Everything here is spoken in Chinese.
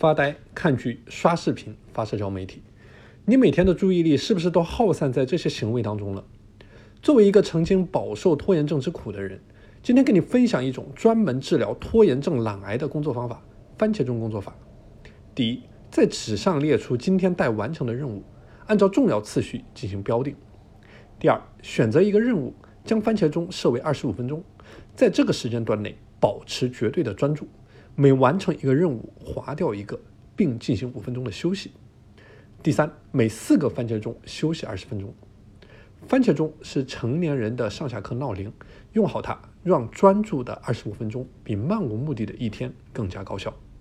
发呆、看剧、刷视频、发社交媒体，你每天的注意力是不是都耗散在这些行为当中了？作为一个曾经饱受拖延症之苦的人，今天跟你分享一种专门治疗拖延症懒癌的工作方法——番茄钟工作法。第一，在纸上列出今天待完成的任务，按照重要次序进行标定。第二，选择一个任务，将番茄钟设为25分钟，在这个时间段内保持绝对的专注，每完成一个任务划掉一个，并进行5分钟的休息。第三，每4个番茄钟休息20分钟。番茄钟是成年人的上下课闹铃，用好它，让专注的25分钟比漫无目的的一天更加高效。